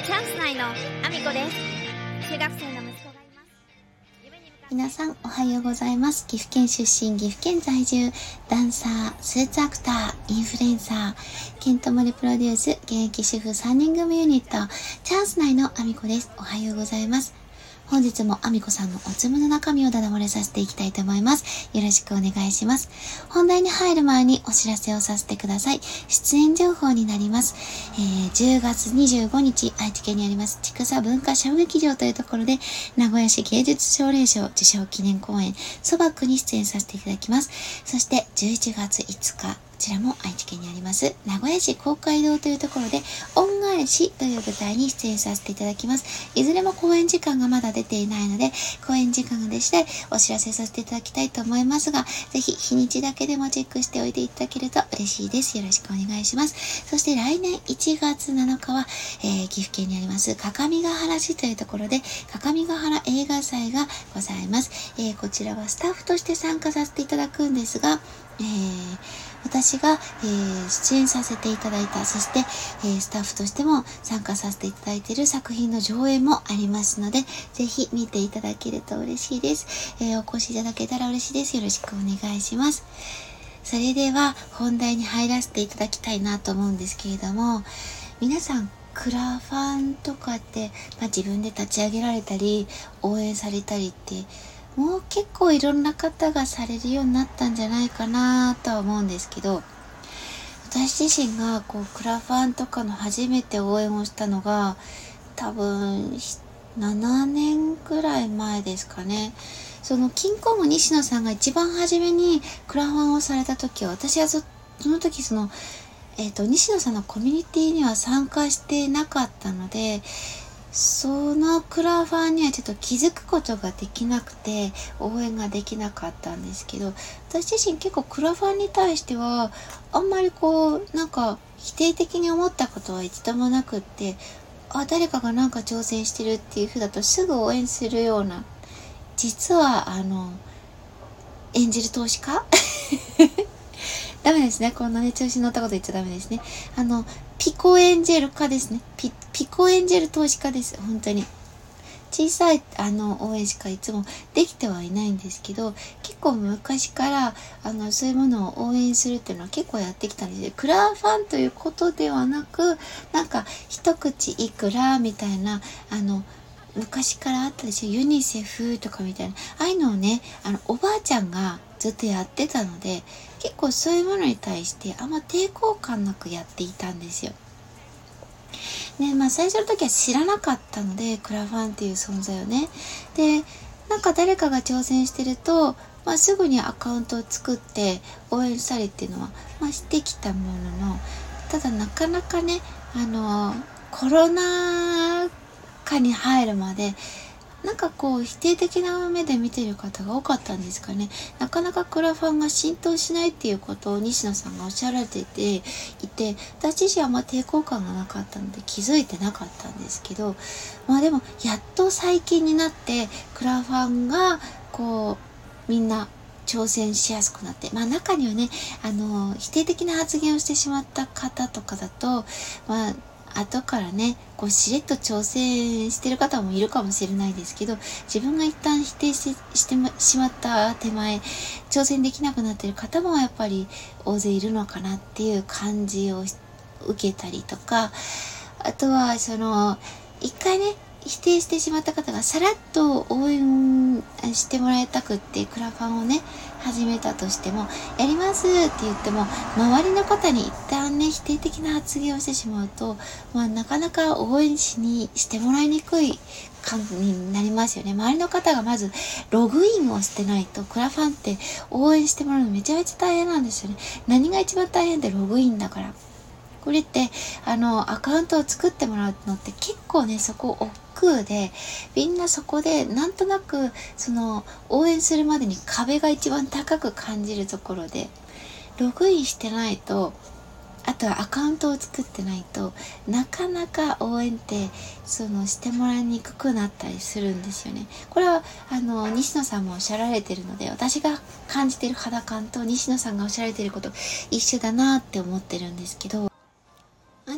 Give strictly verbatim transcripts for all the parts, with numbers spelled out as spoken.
チャンス内のアミコです。中学生の息子がいます。 皆さんおはようございます。岐阜県出身、岐阜県在住、ダンサー、スーツアクター、インフルエンサー、ケントモリプロデュース、現役主婦さんにん組ユニット、チャンス内のアミコです。おはようございます。本日もアミコさんのおつむの中身をだだ漏れさせていきたいと思います。よろしくお願いします。本題に入る前にお知らせをさせてください。出演情報になります。えー、じゅうがつにじゅうごにち、愛知県にあります千種文化小劇場というところで、名古屋市芸術奨励賞受賞記念公演、そばくに出演させていただきます。そしてじゅういちがついつか、こちらも愛知県にあります名古屋市公会堂というところで恩返しという舞台に出演させていただきます。いずれも公演時間がまだ出ていないので、公演時間が出次第お知らせさせていただきたいと思いますが、ぜひ日にちだけでもチェックしておいていただけると嬉しいです。よろしくお願いします。そして来年いちがつなのかは、えー、岐阜県にあります各務原市というところで各務原映画祭がございます。えー、こちらはスタッフとして参加させていただくんですが、えー、私が、えー、出演させていただいた、そして、えー、スタッフとしても参加させていただいている作品の上映もありますので、ぜひ見ていただけると嬉しいです。えー、お越しいただけたら嬉しいです。よろしくお願いします。それでは本題に入らせていただきたいなと思うんですけれども、皆さんクラファンとかって、まあ、自分で立ち上げられたり応援されたりってもう結構いろんな方がされるようになったんじゃないかなとは思うんですけど、私自身がこうクラファンとかの初めて応援をしたのが多分ななねんくらい前ですかね。そのキングコング西野さんが一番初めにクラファンをされた時は、私はその時その、えっと、西野さんのコミュニティには参加してなかったので、そのクラファンにはちょっと気づくことができなくて応援ができなかったんですけど、私自身結構クラファンに対してはあんまりこうなんか否定的に思ったことは一度もなくって、あ、誰かがなんか挑戦してるっていう風だとすぐ応援するような、実はあの演じる投資家ダメですね。こんなね、調子に乗ったこと言っちゃダメですね。あの、ピコエンジェル化ですね。ピ、ピコエンジェル投資家です。本当に。小さい、あの、応援しかいつもできてはいないんですけど、結構昔から、あの、そういうものを応援するっていうのは結構やってきたんですよ。クラファンということではなく、なんか、一口いくらみたいな、あの、昔からあったでしょ。ユニセフとかみたいな。ああいうのをね、あの、おばあちゃんがずっとやってたので、結構そういうものに対してあんま抵抗感なくやっていたんですよ。ね、まあ最初の時は知らなかったので、クラファンっていう存在をね。で、なんか誰かが挑戦してると、まあすぐにアカウントを作って応援したりっていうのは、まあしてきたものの、ただなかなかね、あの、コロナ禍に入るまで、なんかこう否定的な目で見てる方が多かったんですかね。なかなかクラファンが浸透しないっていうことを西野さんがおっしゃられていて、いて私自身はあんま抵抗感がなかったので気づいてなかったんですけど、まあでもやっと最近になってクラファンがこうみんな挑戦しやすくなって、まあ中にはね、あの否定的な発言をしてしまった方とかだと、まあ後からね、こうしれっと挑戦してる方もいるかもしれないですけど、自分が一旦否定し、してしまった手前、挑戦できなくなってる方もやっぱり大勢いるのかなっていう感じを受けたりとか、あとはその一回ね、否定してしまった方がさらっと応援してもらいたくってクラファンをね始めたとしても、やりますって言っても周りの方に一旦ね否定的な発言をしてしまうと、まあ、なかなか応援しにしてもらいにくい感じになりますよね。周りの方がまずログインをしてないとクラファンって応援してもらうのめちゃめちゃ大変なんですよね。何が一番大変ってログインだから。これってあのアカウントを作ってもらうのって結構ね、そこ億劫で、みんなそこでなんとなくその応援するまでに壁が一番高く感じるところで、ログインしてないと、あとはアカウントを作ってないとなかなか応援ってそのしてもらいにくくなったりするんですよね。これはあの西野さんもおっしゃられているので、私が感じている肌感と西野さんがおっしゃられていること一緒だなって思ってるんですけど、あでも本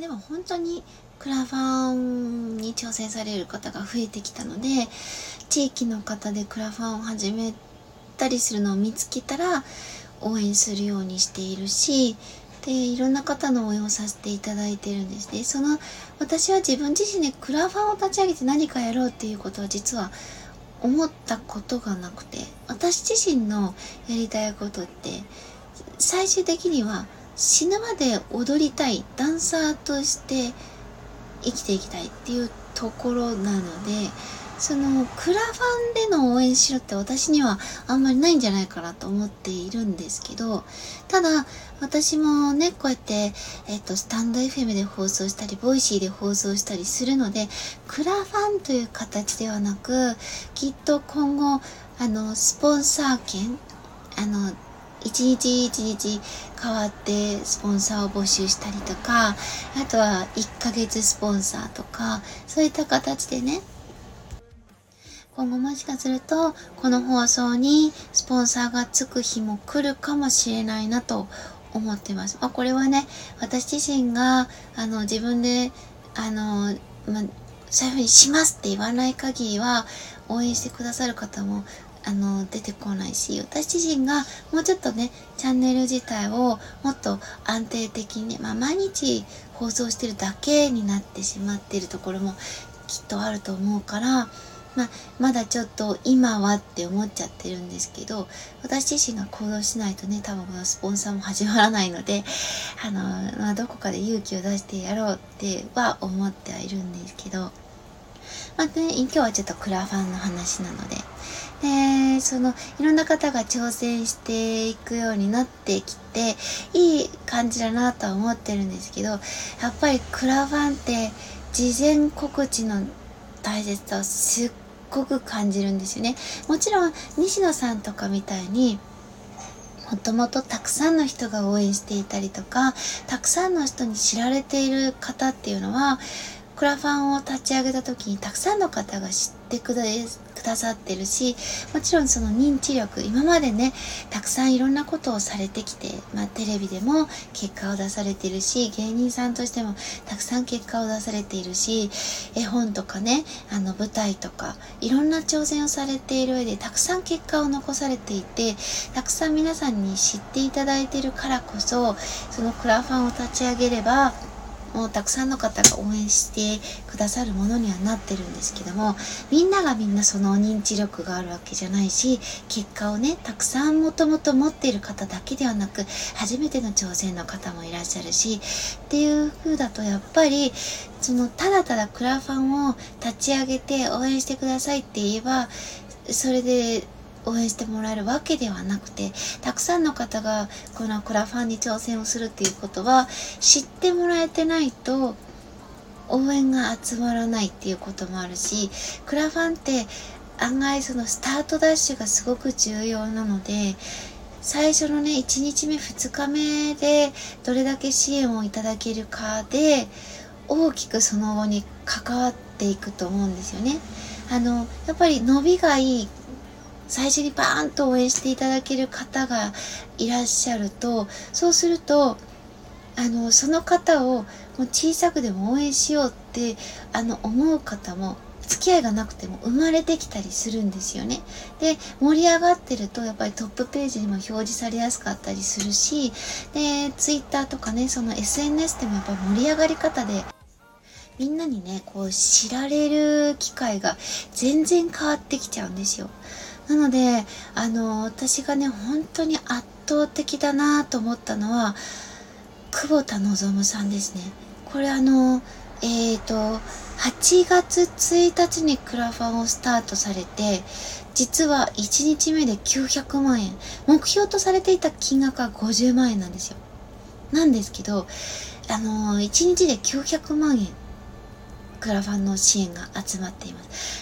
本当にクラファンに挑戦される方が増えてきたので、地域の方でクラファンを始めたりするのを見つけたら応援するようにしているし、でいろんな方の応援をさせていただいているんですね。その私は自分自身でクラファンを立ち上げて何かやろうっていうことは実は思ったことがなくて、私自身のやりたいことって最終的には死ぬまで踊りたいダンサーとして生きていきたいっていうところなので、そのクラファンでの応援しろって私にはあんまりないんじゃないかなと思っているんですけど、ただ私もねこうやって、えっと、スタンド エフエム で放送したりボイシーで放送したりするので、クラファンという形ではなく、きっと今後あのスポンサー券、あの一日一日変わってスポンサーを募集したりとか、あとはいっかげつスポンサーとか、そういった形でね、今後もしかするとこの放送にスポンサーがつく日も来るかもしれないなと思ってます。まあ、これはね、私自身があの自分であの、まあ、そういうふうにしますって言わない限りは応援してくださる方もあの出てこないし、私自身がもうちょっとねチャンネル自体をもっと安定的に、まあ、毎日放送してるだけになってしまっているところもきっとあると思うから、まあ、まだちょっと今はって思っちゃってるんですけど、私自身が行動しないとね多分このスポンサーも始まらないので、あの、まあ、どこかで勇気を出してやろうっては思ってはいるんですけど、まあね、今日はちょっとクラファンの話なので、でそのいろんな方が挑戦していくようになってきていい感じだなとは思ってるんですけど、やっぱりクラファンって事前告知の大切さをすっごく感じるんですよね。もちろん西野さんとかみたいにもともとたくさんの人が応援していたりとか、たくさんの人に知られている方っていうのは、クラファンを立ち上げた時にたくさんの方が知ってくだ、くださってるし、もちろんその認知力、今までねたくさんいろんなことをされてきて、まあ、テレビでも結果を出されているし、芸人さんとしてもたくさん結果を出されているし、絵本とかね、あの舞台とかいろんな挑戦をされている上でたくさん結果を残されていて、たくさん皆さんに知っていただいているからこそ、そのクラファンを立ち上げればもうたくさんの方が応援してくださるものにはなってるんですけども、みんながみんなその認知力があるわけじゃないし、結果をねたくさんもともと持っている方だけではなく、初めての挑戦の方もいらっしゃるしっていう風だと、やっぱりそのただただクラファンを立ち上げて応援してくださいって言えばそれで応援してもらえるわけではなくて、たくさんの方がこのクラファンに挑戦をするっていうことは知ってもらえてないと応援が集まらないっていうこともあるし、クラファンって案外そのスタートダッシュがすごく重要なので、最初のねいちにちめふつかめでどれだけ支援をいただけるかで大きくその後に関わっていくと思うんですよね。あのやっぱり伸びがいい、最初にバーンと応援していただける方がいらっしゃると、そうするとあのその方をもう小さくでも応援しようってあの思う方も付き合いがなくても生まれてきたりするんですよね。で盛り上がってるとやっぱりトップページにも表示されやすかったりするし、でツイッターとかね、その エスエヌエス でもやっぱり盛り上がり方でみんなにねこう知られる機会が全然変わってきちゃうんですよ。なのであの私がね本当に圧倒的だなと思ったのは久保田望さんですね。これあのえーとはちがつついたちにクラファンをスタートされて、実はいちにちめできゅうひゃくまんえん、目標とされていた金額はごじゅうまんえんなんですよ。なんですけどあのいちにちできゅうひゃくまんえんクラファンの支援が集まっています。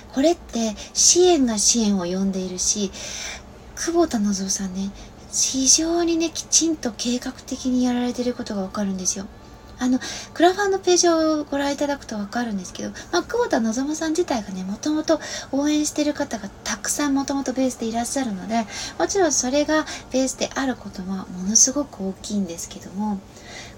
これって支援が支援を呼んでいるし、久保田望さんね非常にねきちんと計画的にやられていることがわかるんですよ。あのクラファンのページをご覧いただくとわかるんですけど、まあ、久保田望さん自体がねもともと応援している方がたくさんもともとベースでいらっしゃるので、もちろんそれがベースであることはものすごく大きいんですけども、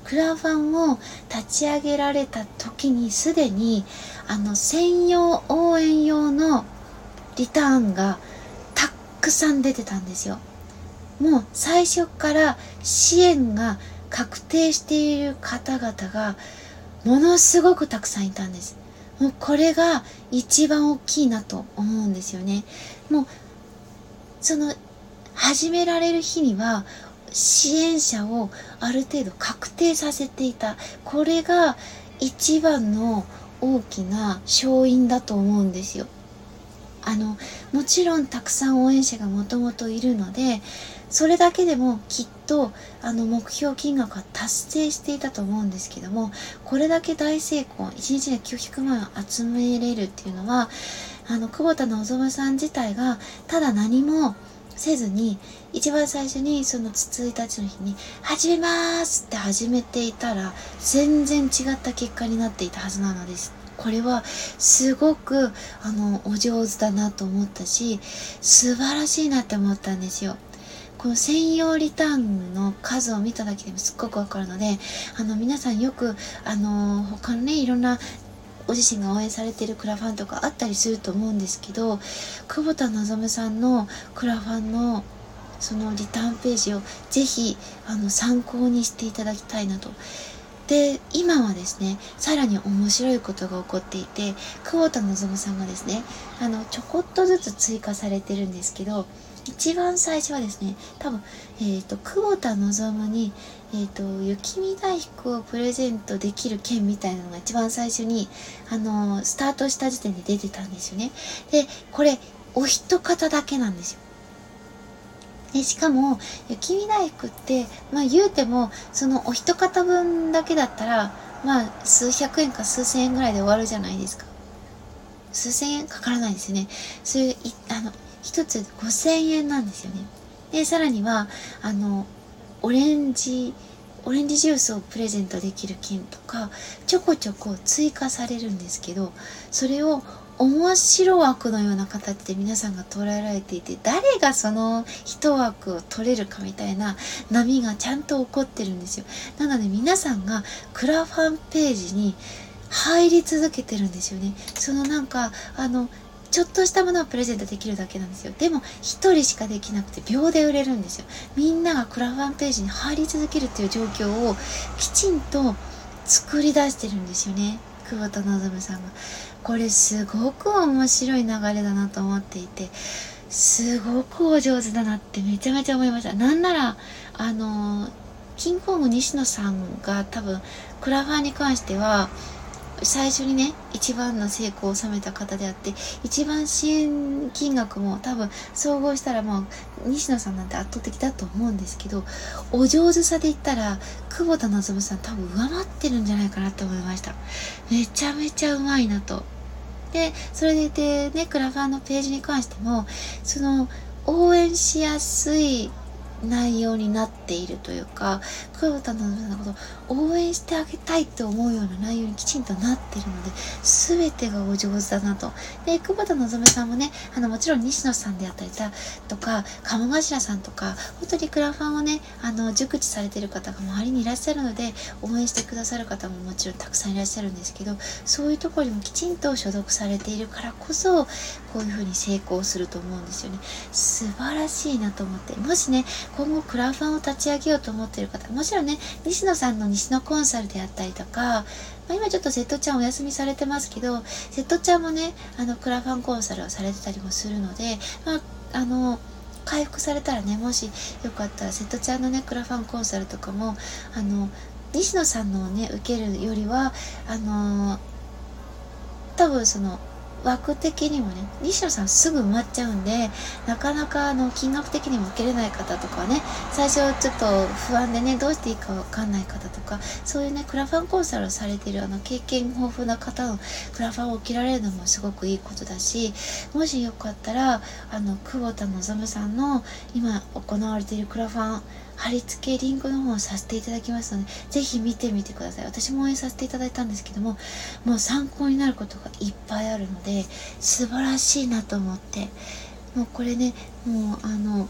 クラファンを立ち上げられた時にすでにあの専用応援用のリターンがたくさん出てたんですよ。もう最初から支援が確定している方々がものすごくたくさんいたんです。もうこれが一番大きいなと思うんですよね。もうその始められる日には支援者をある程度確定させていた。これが一番の大きな勝因だと思うんですよ。あのもちろんたくさん応援者がもともといるので、それだけでもきっとあの目標金額は達成していたと思うんですけども、これだけ大成功、いちにちできゅうひゃくまん集めれるっていうのは、あの久保田望さん自体がただ何もせずに、一番最初にそのつついたちの日に始めますって始めていたら全然違った結果になっていたはずなのです。これはすごくあのお上手だなと思ったし、素晴らしいなって思ったんですよ。この専用リターンの数を見ただけでもすっごくわかるので、あの皆さんよくあの他のねいろんなご自身が応援されているクラファンとかあったりすると思うんですけど、久保田望さんのクラファンのそのリターンページをぜひあの参考にしていただきたいなと。で、今はですね、さらに面白いことが起こっていて、久保田望さんがですね、あのちょこっとずつ追加されてるんですけど、一番最初はですね、多分、えーと、久保田望に、えーと、雪見大福をプレゼントできる券みたいなのが一番最初に、あのー、スタートした時点で出てたんですよね。で、これ、お一方だけなんですよ。で、しかも、雪見大福って、まあ言うても、そのお一方分だけだったら、まあ数百円か数千円ぐらいで終わるじゃないですか。数千円かからないですよね。それ、いあの、一つごせんえんなんですよね。で、さらには、あの、オレンジ、オレンジジュースをプレゼントできる券とか、ちょこちょこ追加されるんですけど、それを面白枠のような形で皆さんが捉えられていて、誰がその一枠を取れるかみたいな波がちゃんと起こってるんですよ。なので皆さんがクラファンページに入り続けてるんですよね。そのなんか、あの、ちょっとしたものをプレゼントできるだけなんですよ。でも一人しかできなくて秒で売れるんですよ。みんながクラファンページに入り続けるっていう状況をきちんと作り出してるんですよね、久保田望さんが。これすごく面白い流れだなと思っていて、すごくお上手だなってめちゃめちゃ思いました。なんならあのキングコング西野さんが多分クラファンに関しては最初にね一番の成功を収めた方であって、一番支援金額も多分総合したらもう西野さんなんて圧倒的だと思うんですけど、お上手さで言ったら久保田望さん多分上回ってるんじゃないかなと思いました。めちゃめちゃうまいなと。で、それでね、クラファンのページに関してもその応援しやすい内容になっているというか、久保田望さんのことを応援してあげたいと思うような内容にきちんとなっているので、全てがお上手だなと。で、久保田望さんもね、あのもちろん西野さんであったりだとか鴨頭さんとか、本当にクラファンをねあの熟知されている方が周りにいらっしゃるので、応援してくださる方ももちろんたくさんいらっしゃるんですけど、そういうところにもきちんと所属されているからこそこういう風に成功すると思うんですよね。素晴らしいなと思って、もしね今後クラファンを立ち上げようと思っている方、もちろんね西野さんの西野コンサルであったりとか、まあ、今ちょっと瀬戸ちゃんお休みされてますけど、瀬戸ちゃんもねあのクラファンコンサルをされてたりもするので、まあ、あの回復されたらね、もしよかったら瀬戸ちゃんのねクラファンコンサルとかもあの西野さんのをね受けるよりはあの多分その枠的にもね西野さんすぐ埋まっちゃうんで、なかなかあの金額的にも受けれない方とかね、最初ちょっと不安でねどうしていいかわかんない方とか、そういうねクラファンコンサルをされているあの経験豊富な方のクラファンを受けられるのもすごくいいことだし、もしよかったらあの久保田望さんの今行われているクラファン貼り付けリンクの方をさせていただきますので、ぜひ見てみてください。私も応援させていただいたんですけども、もう参考になることがいっぱいあるので素晴らしいなと思って、もうこれねもうあの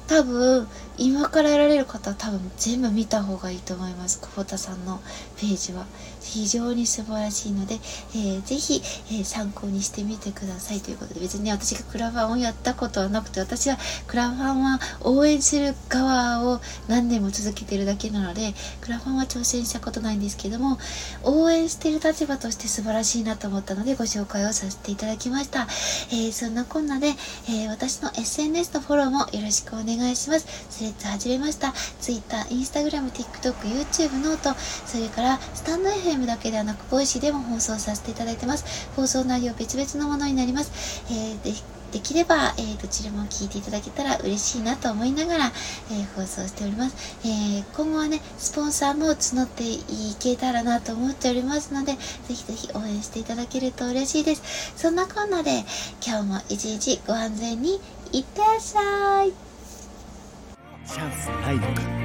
多分今からやられる方は多分全部見た方がいいと思います。久保田さんのページは非常に素晴らしいので、えー、ぜひ、えー、参考にしてみてくださいということで、別にね私がクラファンをやったことはなくて、私はクラファンは応援する側を何年も続けてるだけなので、クラファンは挑戦したことないんですけども、応援している立場として素晴らしいなと思ったのでご紹介をさせていただきました。えー、そんなこんなで、えー、私の エスエヌエス のフォローもよろしくお願いします。スレッズ始めました。Twitter、Instagram、TikTok、YouTube、ノート、それからスタンド エフエム だけではなくボイシーでも放送させていただいてます。放送内容別々のものになります。えー、でできれば、えー、どちらも聞いていただけたら嬉しいなと思いながら、えー、放送しております。えー、今後はねスポンサーも募っていけたらなと思っておりますので、ぜひぜひ応援していただけると嬉しいです。そんなこんなで今日も一日ご安全にいってらっしゃい。 チャンスないのか。